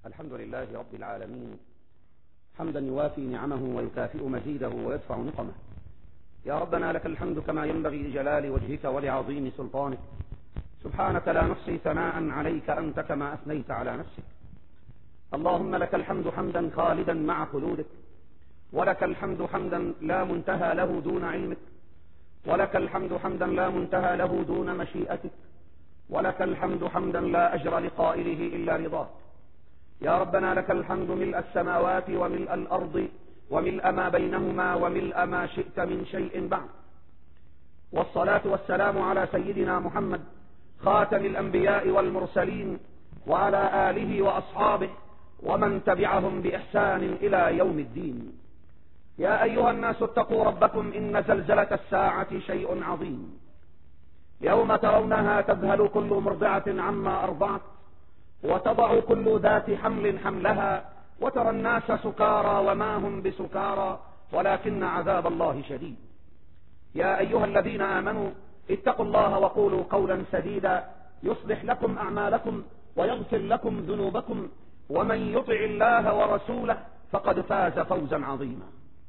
الحمد لله رب العالمين حمدا يوافي نعمه ويكافئ مزيده ويدفع نقمه. يا ربنا لك الحمد كما ينبغي لجلال وجهك ولعظيم سلطانك. سبحانك لا نحصي ثناء عليك أنت كما أثنيت على نفسك. اللهم لك الحمد حمدا خالدا مع خلودك، ولك الحمد حمدا لا منتهى له دون علمك، ولك الحمد حمدا لا منتهى له دون مشيئتك، ولك الحمد حمدا لا أجر لقائله إلا رضاك. يا ربنا لك الحمد ملء السماوات وملء الأرض وملء ما بينهما وملء ما شئت من شيء بعد. والصلاة والسلام على سيدنا محمد خاتم الأنبياء والمرسلين وعلى آله وأصحابه ومن تبعهم بإحسان إلى يوم الدين. يا أيها الناس اتقوا ربكم إن زلزلة الساعة شيء عظيم. يوم ترونها تذهل كل مرضعة عما أرضعت وتضع كل ذات حمل حملها وترى الناس سكارى وما هم بسكارى ولكن عذاب الله شديد. يا أيها الذين آمنوا اتقوا الله وقولوا قولا سديدا يصلح لكم أعمالكم ويغفر لكم ذنوبكم ومن يطع الله ورسوله فقد فاز فوزا عظيما.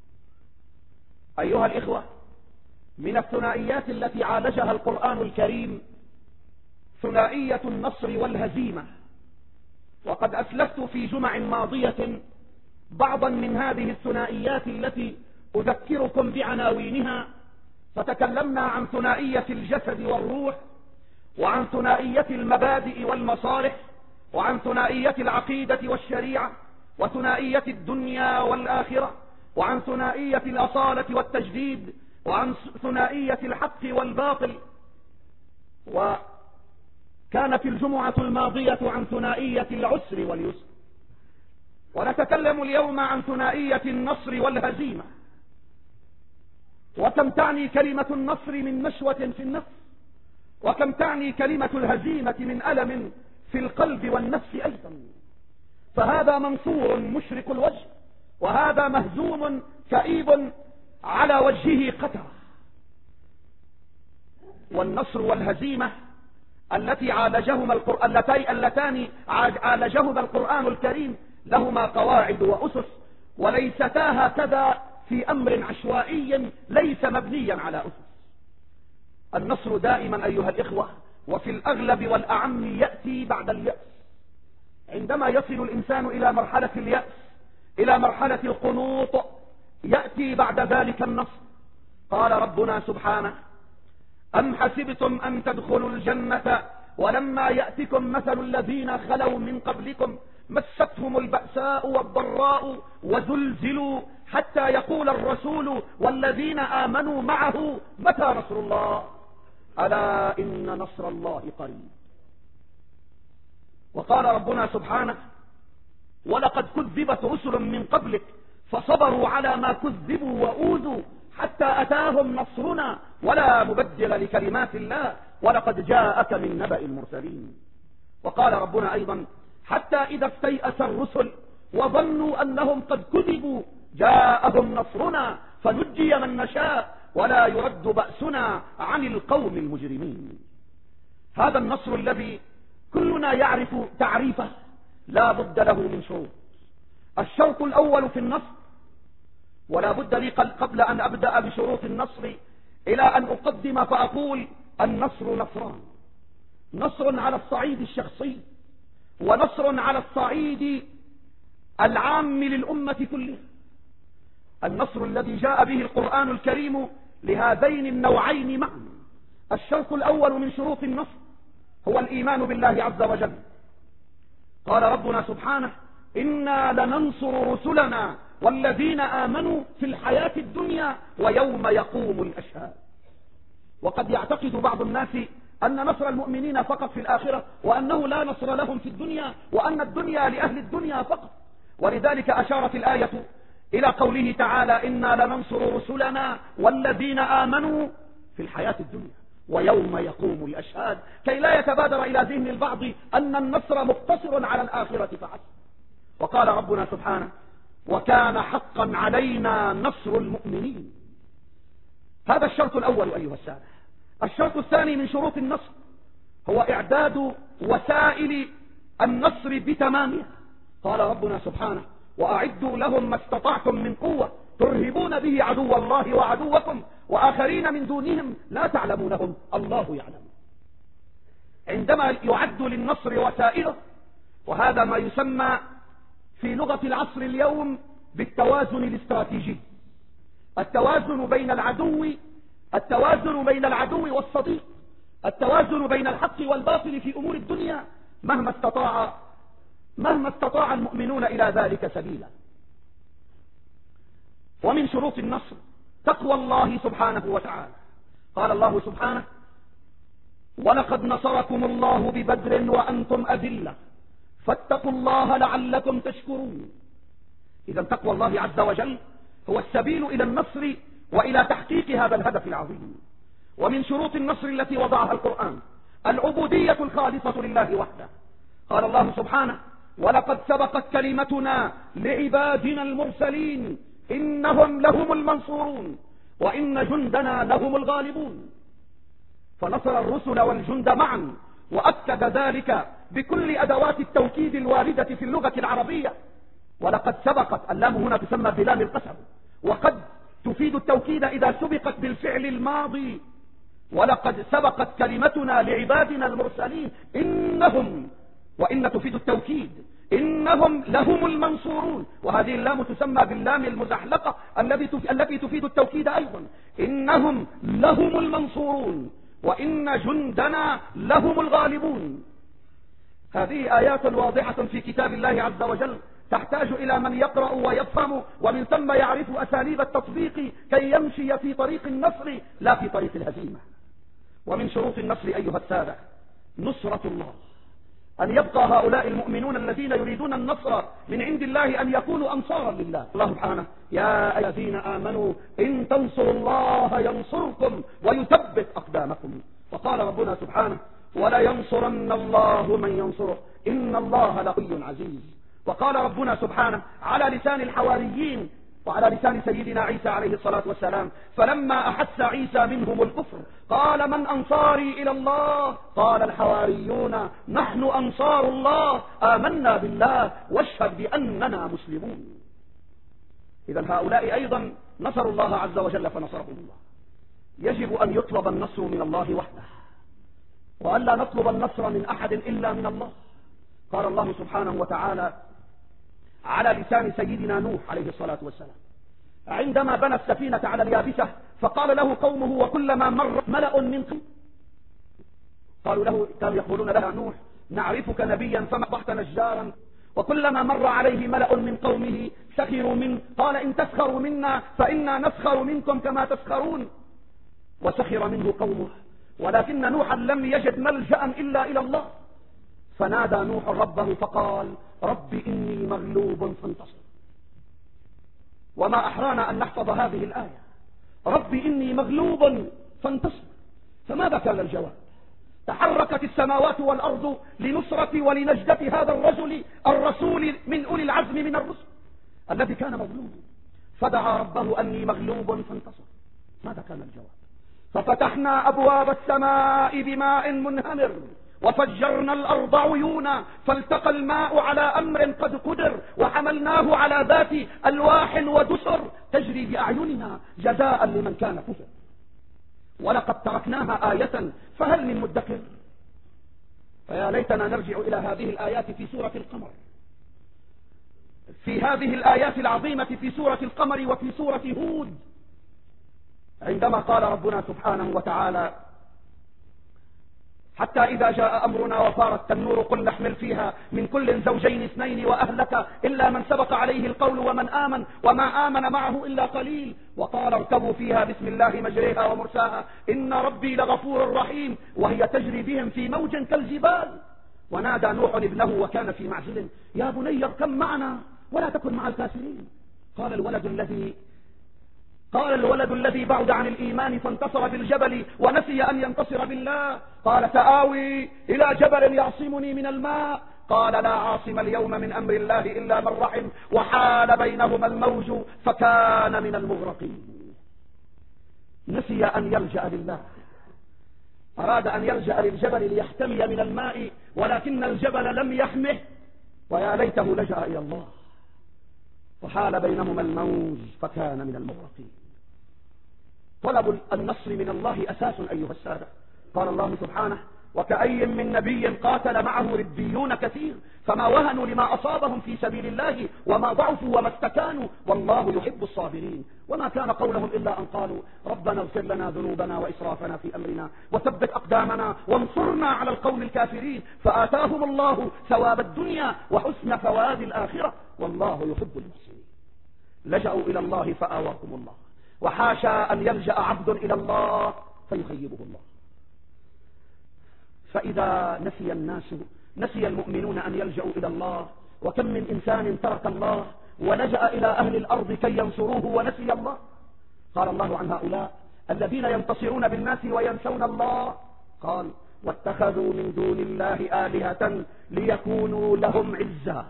أيها الإخوة، من الثنائيات التي عالجها القرآن الكريم ثنائية النصر والهزيمة، وقد أسلفت في جمع ماضية بعضا من هذه الثنائيات التي أذكركم بعناوينها. فتكلمنا عن ثنائية الجسد والروح، وعن ثنائية المبادئ والمصالح، وعن ثنائية العقيدة والشريعة، وثنائية الدنيا والآخرة، وعن ثنائية الأصالة والتجديد، وعن ثنائية الحق والباطل. وكانت الجمعة الماضية عن ثنائية العسر واليسر، ونتكلم اليوم عن ثنائية النصر والهزيمة. وكم تعني كلمة النصر من نشوة في النفس، وكم تعني كلمة الهزيمة من ألم في القلب والنفس أيضا. فهذا منصور مشرق الوجه، وهذا مهزوم كئيب على وجهه قترة. والنصر والهزيمة اللتان عالجهما القرآن الكريم لهما قواعد وأسس، وليستا هكذا في أمر عشوائي ليس مبنيا على أسس. النصر دائما أيها الإخوة وفي الأغلب والأعم يأتي بعد اليأس. عندما يصل الإنسان إلى مرحلة اليأس، إلى مرحلة القنوط، يأتي بعد ذلك النصر. قال ربنا سبحانه: أم حسبتم أن تدخلوا الجنة ولما يأتكم مثل الذين خلوا من قبلكم مستهم البأساء والضراء وزلزلوا حتى يقول الرسول والذين آمنوا معه متى نصر الله ألا إن نصر الله قريب. وقال ربنا سبحانه: ولقد كذبت رسل من قبلك فصبروا على ما كذبوا وأوذوا حتى أتاهم نصرنا ولا مبدل لكلمات الله ولقد جاءك من نبأ المرسلين. وقال ربنا أيضا: حتى إذا استيأس الرسل وظنوا أنهم قد كذبوا جاءهم نصرنا فنجي من نشاء ولا يرد بأسنا عن القوم المجرمين. هذا النصر الذي كلنا يعرف تعريفه لا بد له من شروط. الشرط الأول في النصر، ولا بد لي قبل أن أبدأ بشروط النصر إلى أن أقدم فأقول: النصر نصران: نصر على الصعيد الشخصي، ونصر على الصعيد العام للأمة كلها. النصر الذي جاء به القرآن الكريم لهذين النوعين معا. الشرط الأول من شروط النصر هو الإيمان بالله عز وجل. قال ربنا سبحانه: إنا لننصر رسلنا والذين آمنوا في الحياة الدنيا ويوم يقوم الأشهاد. وقد يعتقد بعض الناس أن نصر المؤمنين فقط في الآخرة، وأنه لا نصر لهم في الدنيا، وأن الدنيا لأهل الدنيا فقط. ولذلك أشارت الآية إلى قوله تعالى: إنا لننصر رسلنا والذين آمنوا في الحياة الدنيا ويوم يقوم الأشهاد، كي لا يتبادر إلى ذهن البعض أن النصر مقتصر على الآخرة فحسب. وقال ربنا سبحانه: وكان حقا علينا نصر المؤمنين. هذا الشرط الأول أيها السادة. الشرط الثاني من شروط النصر هو إعداد وسائل النصر بتمامها. قال ربنا سبحانه: وأعدوا لهم ما استطعتم من قوة ترهبون به عدو الله وعدوكم وآخرين من دونهم لا تعلمونهم الله يعلم. عندما يعد للنصر وسائله، وهذا ما يسمى في لغة العصر اليوم بالتوازن الاستراتيجي، التوازن بين العدو والصديق، التوازن بين الحق والباطل في أمور الدنيا مهما استطاع المؤمنون إلى ذلك سبيلا. ومن شروط النصر تقوى الله سبحانه وتعالى. قال الله سبحانه: ولقد نصركم الله ببدر وأنتم أذلة فاتقوا الله لعلكم تشكرون. إذا تقوى الله عز وجل هو السبيل إلى النصر وإلى تحقيق هذا الهدف العظيم. ومن شروط النصر التي وضعها القرآن العبودية الخالصة لله وحده. قال الله سبحانه: ولقد سبقت كلمتنا لعبادنا المرسلين إنهم لهم المنصورون وإن جندنا لهم الغالبون. فنصر الرسل والجند معا، وأكد ذلك بكل أدوات التوكيد الواردة في اللغة العربية. ولقد سبقت، اللام هنا تسمى بلام القسم، وقد تفيد التوكيد إذا سبقت بالفعل الماضي. ولقد سبقت كلمتنا لعبادنا المرسلين إنهم، وإن تفيد التوكيد، إنهم لهم المنصورون، وهذه اللام تسمى باللام المزحلقة التي تفيد التوكيد أيضا. إنهم لهم المنصورون وإن جندنا لهم الغالبون. هذه آيات واضحة في كتاب الله عز وجل تحتاج إلى من يقرأ ويفهم، ومن ثم يعرف أساليب التطبيق كي يمشي في طريق النصر لا في طريق الهزيمة. ومن شروط النصر أيها السادة نصرة الله، أن يبقى هؤلاء المؤمنون الذين يريدون النصر من عند الله أن يكونوا أنصارا لله. الله سبحانه: يا الذين آمنوا إن تنصروا الله ينصركم ويثبت أقدامكم. وقال ربنا سبحانه: ولا ينصرن الله من ينصره إن الله لقوي عزيز. وقال ربنا سبحانه على لسان الحواريين وعلى لسان سيدنا عيسى عليه الصلاة والسلام: فلما أحس عيسى منهم الكفر قال من أنصاري إلى الله؟ قال الحواريون نحن أنصار الله آمنا بالله واشهد بأننا مسلمون. إذا هؤلاء أيضا نصروا الله عز وجل فنصرهم الله. يجب أن يطلب النصر من الله وحده، وألا نطلب النصر من أحد إلا من الله. قال الله سبحانه وتعالى على لسان سيدنا نوح عليه الصلاة والسلام عندما بنى السفينة على اليابسة، فقال له قومه وكلما مر ملأ من قومه قالوا له، كانوا يقولون لها: نوح نعرفك نبيا فما أصبحت نجارا. وكلما مر عليه ملأ من قومه سخروا منه، قال إن تسخروا منا فإنا نسخر منكم كما تسخرون. وسخر منه قومه، ولكن نوحا لم يجد ملجأ إلا إلى الله، فنادى نوح ربه فقال: رب إني مغلوب فانتصر. وما أحرانا أن نحفظ هذه الآية: رب إني مغلوب فانتصر. فماذا كان الجواب؟ تحركت السماوات والأرض لنصرة ولنجدة هذا الرسول من أولي العزم من الرسل الذي كان مغلوبا، فدعا ربه أني مغلوب فانتصر. ماذا كان الجواب؟ ففتحنا أبواب السماء بماء منهمر وفجرنا الأرض عيونا فالتقى الماء على أمر قد قدر وحملناه على ذات ألواح ودسر تجري بأعيننا جزاء لمن كان كفر. ولقد تركناها آية فهل من مدكر. فيا ليتنا نرجع إلى هذه الآيات في سورة القمر، في هذه الآيات العظيمة في سورة القمر وفي سورة هود، عندما قال ربنا سبحانه وتعالى: حتى إذا جاء أمرنا وفارت النور قل نحمل فيها من كل زوجين اثنين وأهلك إلا من سبق عليه القول ومن آمن وما آمن معه إلا قليل وقال اركبوا فيها بسم الله مجريها ومرساها إن ربي لغفور رحيم وهي تجري بهم في موج كالجبال. ونادى نوح ابنه وكان في معزل يا بني اركب معنا ولا تكن مع الكافرين. قال الولد الذي بعد عن الإيمان فانتصر بالجبل ونسي أن ينتصر بالله. قال سآوي إلى جبل يعصمني من الماء. قال لا عاصم اليوم من أمر الله إلا من رحم وحال بينهما الموج فكان من المغرقين. نسي أن يلجأ لله، أراد أن يلجأ للجبل ليحتمي من الماء ولكن الجبل لم يحمه ويا ليته لجأ إلى الله وحال بينهما الموج فكان من المغرقين. طلب النصر من الله أساس أيها السادة. قال الله سبحانه: وكأي من نبي قاتل معه ربيون كثير فما وهنوا لما أصابهم في سبيل الله وما ضعفوا وما استكانوا والله يحب الصابرين. وما كان قولهم إلا أن قالوا ربنا اغفر لنا ذنوبنا وإسرافنا في أمرنا وثبت أقدامنا وانصرنا على القوم الكافرين فآتاهم الله ثواب الدنيا وحسن ثواب الآخرة والله يحب المحسنين. لجأوا إلى الله فآواهم الله، وحاشا أن يلجأ عبد إلى الله فيخيبه الله. فإذا نسي الناس نسي المؤمنون أن يلجأوا إلى الله. وكم من إنسان ترك الله ولجأ إلى أهل الأرض كي ينصروه ونسي الله. قال الله عن هؤلاء الذين ينتصرون بالناس وينسون الله، قال: واتخذوا من دون الله آلهة ليكونوا لهم عزا.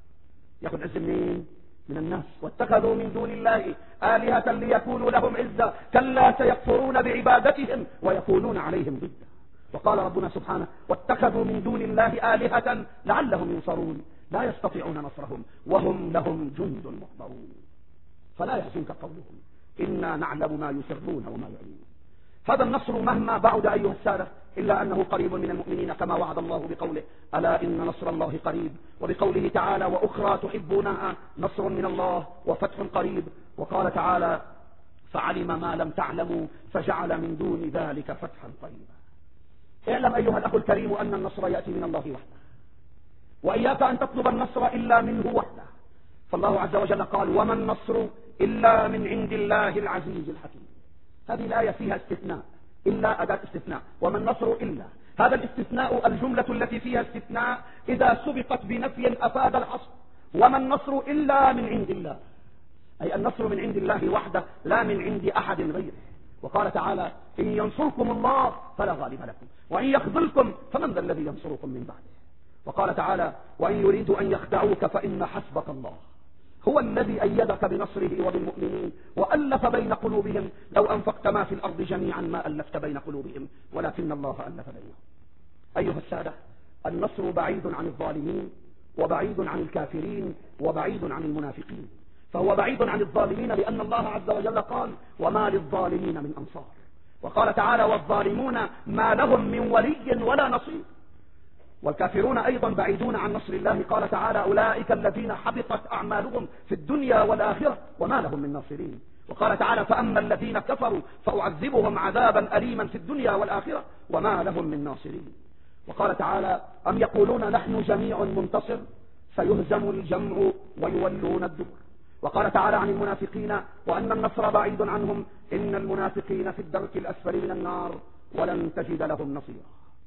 يأخذ عز منين؟ من الناس. واتخذوا من دون الله آلهة ليكونوا لهم عزا كلا سيكفرون بعبادتهم ويكونون عليهم ضدا. وقال ربنا سبحانه: واتخذوا من دون الله آلهة لعلهم ينصرون لا يستطيعون نصرهم وهم لهم جند محضرون. فلا يحزنك قولهم إنا نعلم ما يسرون وما يعلنون. هذا النصر مهما بعد أيها السادة إلا أنه قريب من المؤمنين كما وعد الله بقوله: ألا إن نصر الله قريب، وبقوله تعالى: وأخرى تحبونها نصر من الله وفتح قريب. وقال تعالى: فعلم ما لم تعلموا فجعل من دون ذلك فتحا قريبا. اعلم أيها الأخ الكريم أن النصر يأتي من الله وحده، وإياك أن تطلب النصر إلا منه وحده. فالله عز وجل قال: وما النصر إلا من عند الله العزيز الحكيم. هذه الآية فيها استثناء، إلا أداة استثناء. وما النصر إلا، هذا الاستثناء الجملة التي فيها استثناء إذا سبقت بنفي أفاد الحصر. وما النصر إلا من عند الله، أي النصر من عند الله وحده لا من عند أحد غيره. وقال تعالى: إن ينصركم الله فلا غالب لكم وإن يخذلكم فمن ذا الذي ينصركم من بعده. وقال تعالى: وإن يريدوا أن يخدعوك فإن حسبك الله هو الذي أيدك بنصره وبالمؤمنين وألف بين قلوبهم لو أنفقت ما في الأرض جميعا ما ألفت بين قلوبهم ولكن الله ألف بينهم. أيها السادة، النصر بعيد عن الظالمين وبعيد عن الكافرين وبعيد عن المنافقين. فهو بعيد عن الظالمين لأن الله عز وجل قال: وما للظالمين من أنصار. وقال تعالى: والظالمون ما لهم من ولي ولا نصير. والكافرون أيضا بعيدون عن نصر الله. قال تعالى: أولئك الذين حبطت أعمالهم في الدنيا والآخرة وما لهم من ناصرين. وقال تعالى: فأما الذين كفروا فأعذبهم عذابا أليما في الدنيا والآخرة وما لهم من ناصرين. وقال تعالى: أم يقولون نحن جميع منتصر فيهزم الجمع ويولون الدبر. وقال تعالى عن المنافقين: وأن النصر بعيد عنهم إن المنافقين في الدرك الأسفل من النار ولن تجد لهم نصيرا.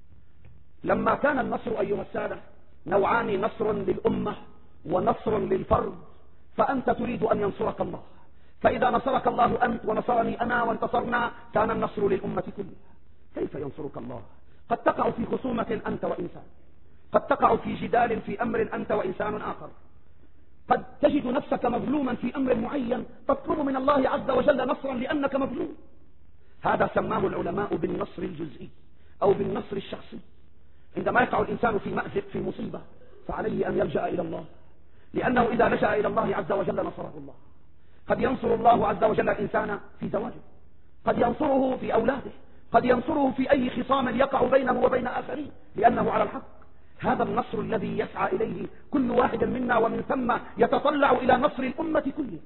لما كان النصر أيها السادة نوعان: نصر للأمة ونصر للفرد، فأنت تريد أن ينصرك الله، فإذا نصرك الله أنت ونصرني أنا وانتصرنا كان النصر للأمة كلها. كيف ينصرك الله؟ قد تقع في خصومة أنت وإنسان، قد تقع في جدال في أمر أنت وإنسان آخر، قد تجد نفسك مظلوما في أمر معين تطلب من الله عز وجل نصرا لأنك مظلوم. هذا سماه العلماء بالنصر الجزئي أو بالنصر الشخصي. عندما يقع الإنسان في مأزق في مصيبة فعليه أن يلجأ إلى الله، لأنه إذا لجأ إلى الله عز وجل نصره الله. قد ينصر الله عز وجل الإنسان في زواجه، قد ينصره في أولاده، قد ينصره في أي خصام يقع بينه وبين آخرين لأنه على الحق. هذا النصر الذي يسعى إليه كل واحد منا، ومن ثم يتطلع إلى نصر الأمة كلها.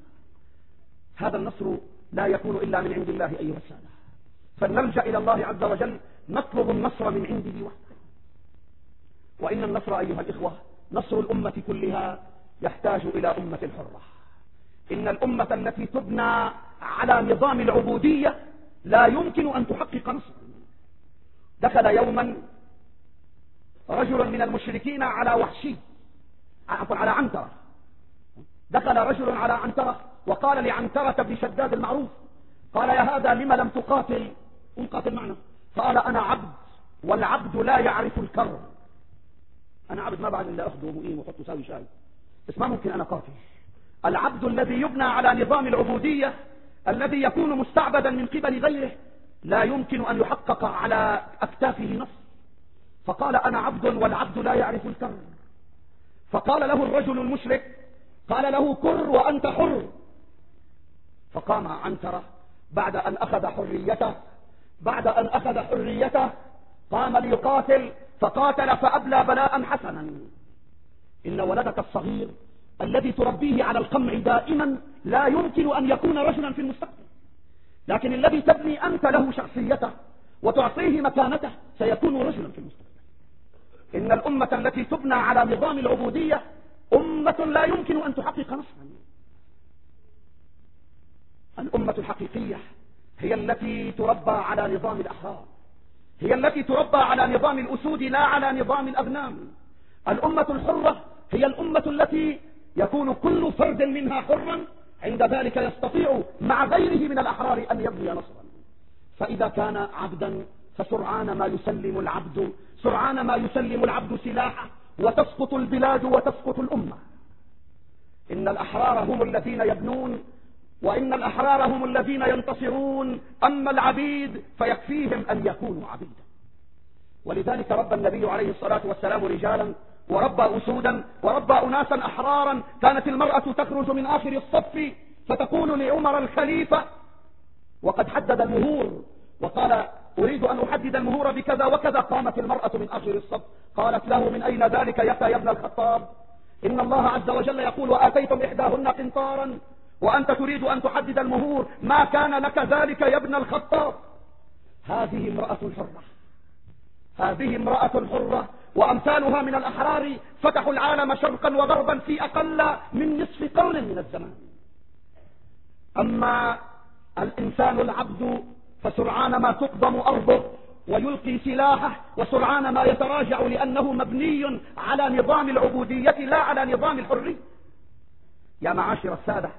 هذا النصر لا يكون إلا من عند الله أيها السادة. فلنلجأ إلى الله عز وجل نطلب النصر من عنده وحده. وإن النصر أيها الإخوة نصر الأمة كلها يحتاج إلى أمة حرة. إن الأمة التي تبنى على نظام العبودية لا يمكن أن تحقق نصر. دخل يوما رجل من المشركين على وحشي، على عنترة. دخل رجل على عنترة وقال لعنترة بن شداد المعروف، قال: يا هذا لما لم تقاتل؟ قاتل معنا. قال: أنا عبد والعبد لا يعرف الكر. أنا عبد ما بعد إلا أخذه ومؤيم وحط ساوي شاي، بس ما ممكن أنا قاتل. العبد الذي يبنى على نظام العبودية الذي يكون مستعبدا من قبل غيره لا يمكن أن يحقق على أكتافه نصر. فقال: أنا عبد والعبد لا يعرف الكر. فقال له الرجل المشرك، قال له كر وأنت حر. فقام عنترة بعد أن أخذ حريته قام ليقاتل، فقاتل فأبلى بلاء حسنا. إن ولدك الصغير الذي تربيه على القمع دائما لا يمكن أن يكون رجلا في المستقبل، لكن الذي تبني أنت له شخصيته وتعطيه مكانته سيكون رجلا في المستقبل. إن الأمة التي تبنى على نظام العبودية أمة لا يمكن أن تحقق نصرا. الأمة الحقيقية هي التي تربى على نظام الأحرار، هي التي تربى على نظام الأسود لا على نظام الأغنام. الأمة الحرة هي الأمة التي يكون كل فرد منها حرا، عند ذلك يستطيع مع غيره من الأحرار أن يبني نصرا. فإذا كان عبدا فسرعان ما يسلم العبد سلاحه وتسقط البلاد وتسقط الأمة. إن الأحرار هم الذين يبنون، وإن الأحرار هم الذين ينتصرون، أما العبيد فيكفيهم أن يكونوا عبيدا. ولذلك ربى النبي عليه الصلاة والسلام رجالا وربى أسودا وربى أناسا أحرارا. كانت المرأة تخرج من آخر الصف فتقول لعمر الخليفة وقد حدد المهور وقال أريد أن أحدد المهور بكذا وكذا، قامت المرأة من آخر الصف قالت له من أين ذلك يا ابن الخطاب؟ إن الله عز وجل يقول وآتيتم إحداهن قنطارا وأنت تريد أن تحدد المهور، ما كان لك ذلك يا ابن الخطاب. هذه امرأة حرة وأمثالها من الأحرار فتحوا العالم شرقا وغربا في أقل من نصف قرن من الزمان. أما الإنسان العبد فسرعان ما تقضم أرضه ويلقي سلاحه، وسرعان ما يتراجع لأنه مبني على نظام العبودية لا على نظام الحرية. يا معاشر السادة،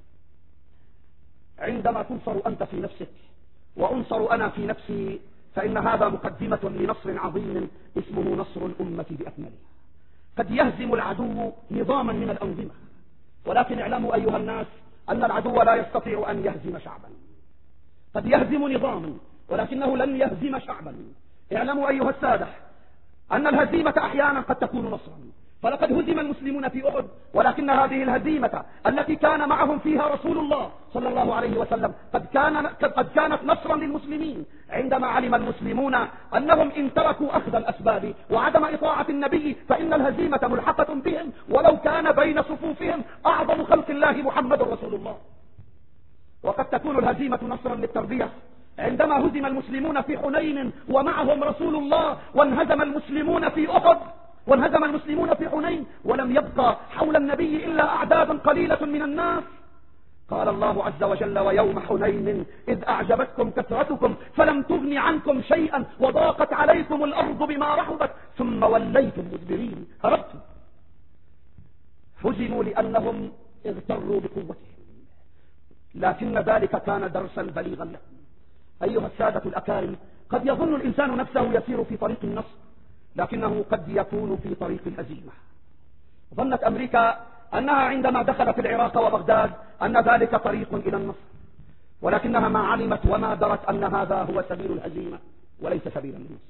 عندما تنصر أنت في نفسك وأنصر أنا في نفسي فإن هذا مقدمة لنصر عظيم اسمه نصر الأمة بأكملها. قد يهزم العدو نظاما من الأنظمة، ولكن اعلموا أيها الناس أن العدو لا يستطيع أن يهزم شعبا. قد يهزم نظاما ولكنه لن يهزم شعبا. اعلموا أيها السادة أن الهزيمة أحيانا قد تكون نصرا. فلقد هزم المسلمون في أحد، ولكن هذه الهزيمة التي كان معهم فيها رسول الله صلى الله عليه وسلم قد كانت نصرا للمسلمين. عندما علم المسلمون أنهم إن تركوا أخذ الأسباب وعدم إطاعة النبي فإن الهزيمة ملحقة بهم، ولو كان بين صفوفهم أعظم خلق الله محمد رسول الله. وقد تكون الهزيمة نصرا للتربية. عندما هزم المسلمون في حنين ومعهم رسول الله، وانهزم المسلمون في أحد وانهزم المسلمون في حنين ولم يبقى حول النبي إلا أعداد قليلة من الناس، قال الله عز وجل ويوم حنين إذ أعجبتكم كثرتكم فلم تغن عنكم شيئا وضاقت عليكم الأرض بما رحبت ثم وليتم مدبرين. هربتم. هزموا لأنهم اغتروا بقوتهم، لكن ذلك كان درسا بليغا لهم. أيها السادة الأكارم، قد يظن الإنسان نفسه يسير في طريق النصر، لكنه قد يكون في طريق الهزيمة. ظنت أمريكا أنها عندما دخلت العراق وبغداد أن ذلك طريق إلى النصر، ولكنها ما علمت وما درت أن هذا هو سبيل الهزيمة وليس سبيل النصر.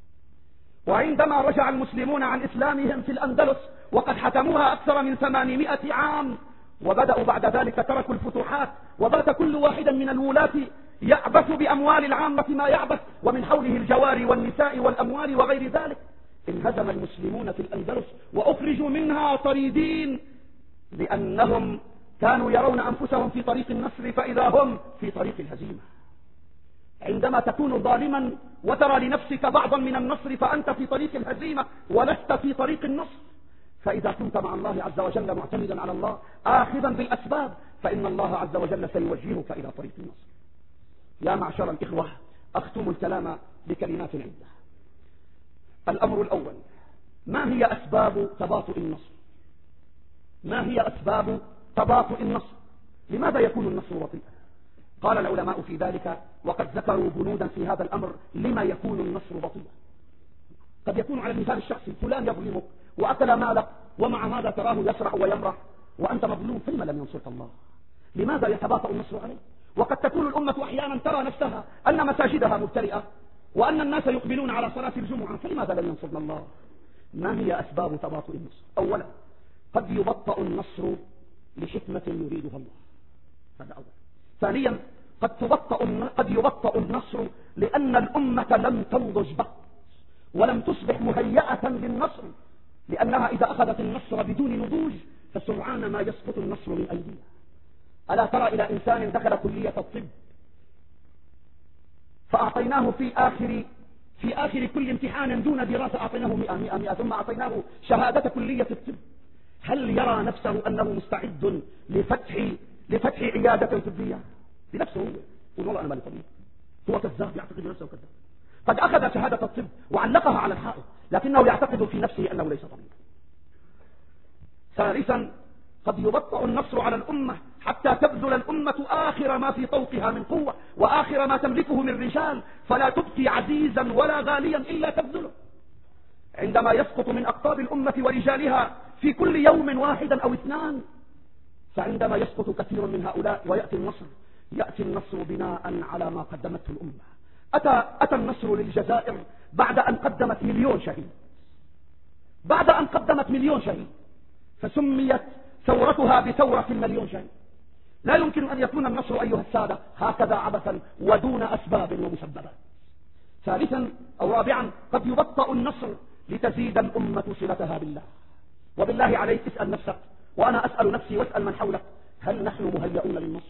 وعندما رجع المسلمون عن إسلامهم في الأندلس وقد حكموها أكثر من 800 عام وبدأوا بعد ذلك تركوا الفتوحات، وبات كل واحد من الولاة يعبث بأموال العامة ما يعبث، ومن حوله الجواري والنساء والأموال وغير ذلك. انهزم المسلمون في الأندلس وأخرجوا منها طريدين لأنهم كانوا يرون أنفسهم في طريق النصر فإذا هم في طريق الهزيمة. عندما تكون ظالما وترى لنفسك بعضا من النصر فأنت في طريق الهزيمة ولست في طريق النصر. فإذا كنت مع الله عز وجل معتمدا على الله آخذا بالأسباب فإن الله عز وجل سيوجهك إلى طريق النصر. يا معشر الإخوة، أختم الكلام بكلمات عدة. الأمر الأول، ما هي أسباب تباطؤ النصر؟ ما هي أسباب تباطؤ النصر؟ لماذا يكون النصر بطيئا؟ قال العلماء في ذلك وقد ذكروا بنودا في هذا الأمر لما يكون النصر بطيئا. قد يكون على المثال الشخصي فلان يظلمك وأكل مالك ومع هذا تراه يسرع ويمرح وأنت مظلوم، فلما لم ينصرك الله؟ لماذا يتباطأ النصر عليه؟ وقد تكون الأمة أحيانا ترى نفسها أن مساجدها مبتلئة وأن الناس يقبلون على صلاة الجمعة، فلماذا لم ينصرنا الله؟ ما هي أسباب تباطؤ النصر؟ أولا، قد يبطأ النصر لحكمة يريدها الله، هذا أول. ثانيا قد يبطأ النصر لأن الأمة لم تنضج بعد ولم تصبح مهيئة للنصر، لأنها إذا أخذت النصر بدون نضوج فسرعان ما يسقط النصر من أيديها. ألا ترى إلى إنسان دخل كلية الطب فأعطيناه في آخر كل امتحان دون دراسة أعطيناه 100 ثم أعطيناه شهادة كلية الطب، هل يرى نفسه أنه مستعد لفتح عيادة طبية بنفسه؟ يقول والله أنا مالي طبيب، هو كذاب، يعتقد نفسه كذاب. قد أخذ شهادة الطب وعلقها على الحائط لكنه يعتقد في نفسه أنه ليس طبيب. ثالثا قد يبطأ النصر على الأمة حتى تبذل الأمة آخر ما في طوقها من قوة وآخر ما تملكه من رجال، فلا تبقي عزيزا ولا غاليا إلا تبذله. عندما يسقط من أقطاب الأمة ورجالها في كل يوم واحدا أو اثنان، فعندما يسقط كثير من هؤلاء يأتي النصر بناء على ما قدمته الأمة. أتى النصر للجزائر بعد أن قدمت 1,000,000 شهيد، بعد أن قدمت 1,000,000 شهيد، فسميت ثورتها بثورة 1,000,000 شهيد. لا يمكن أن يكون النصر أيها السادة هكذا عبثا ودون أسباب ومسببات. ثالثا أو رابعا قد يبطأ النصر لتزيد الأمة صلتها بالله. وبالله عليك اسأل نفسك، وأنا أسأل نفسي واسأل من حولك، هل نحن مهيئون للنصر؟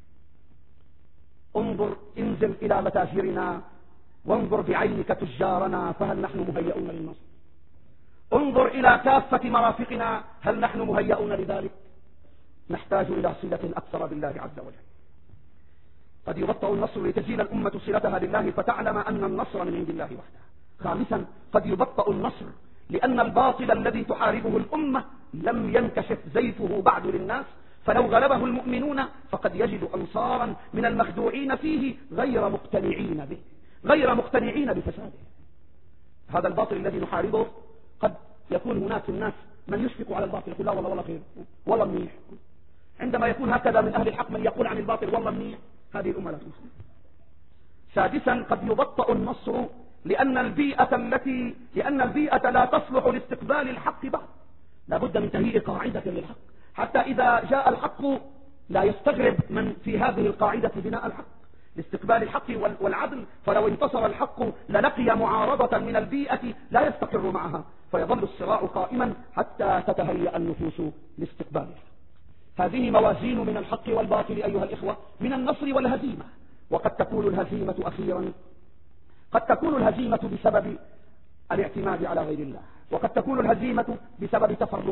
انزل إلى متاجرنا وانظر بعينك تجارنا، فهل نحن مهيئون للنصر؟ انظر إلى كافة مرافقنا، هل نحن مهيئون لذلك؟ نحتاج إلى صلة أكثر بالله عز وجل. قد يبطأ النصر لتزيل الأمة صلتها لله فتعلم أن النصر من عند الله وحده. خامسا قد يبطأ النصر لأن الباطل الذي تحاربه الأمة لم ينكشف زيفه بعد للناس، فلو غلبه المؤمنون فقد يجد أنصارا من المخدوعين فيه غير مقتنعين بفساده. هذا الباطل الذي نحاربه قد يكون هناك الناس من يشفق على الباطل يقول لا والله خير والله منيح، عندما يكون هكذا من أهل الحق من يقول عن الباطل والله منيح، هذه الأمة لا تنصر. سادسا قد يبطأ النصر لأن البيئة لا تصلح لاستقبال الحق بعد، لا بد من تهيئ قاعدة للحق حتى إذا جاء الحق لا يستغرب من في هذه القاعدة بناء الحق لاستقبال الحق والعدل، فلو انتصر الحق للقي معارضة من البيئة لا يستقر معها، فيظل الصراع قائما حتى تتهيأ النفوس لاستقباله. هذه موازين من الحق والباطل أيها الإخوة، من النصر والهزيمة. وقد تكون الهزيمة أخيرا بسبب الاعتماد على غير الله، وقد تكون الهزيمة بسبب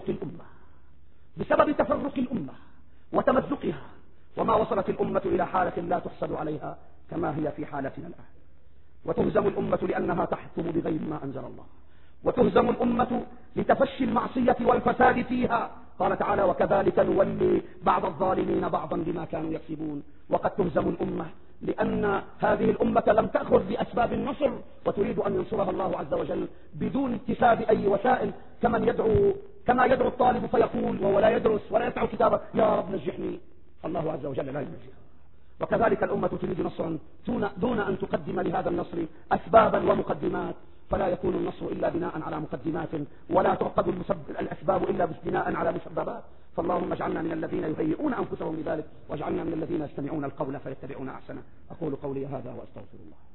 تفرق الأمة وتمزقها، وما وصلت الأمة إلى حالة لا تحسد عليها كما هي في حالتنا الآن. وتهزم الأمة لأنها تحكم بغير ما أنزل الله، وتهزم الأمة لتفشي المعصية والفساد فيها. قال تعالى وكذلك نولي بعض الظالمين بعضا بما كانوا يكسبون. وقد تهزم الأمة لأن هذه الأمة لم تأخذ بأسباب النصر وتريد أن ينصرها الله عز وجل بدون اكتساب أي وسائل، كما يدعو الطالب فيقول وهو لا يدرس ولا يسعى كتابه يا رب نجحني، الله عز وجل لا ينجح. وكذلك الأمة تريد نصرا دون أن تقدم لهذا النصر أسبابا ومقدمات، فلا يكون النصر إلا بناء على مقدمات، ولا تعقد الأسباب إلا بناء على مسببات. فاللهم اجعلنا من الذين يهيئون أنفسهم لذلك، واجعلنا من الذين يستمعون القول فيتبعون أحسنه. أقول قولي هذا وأستغفر الله.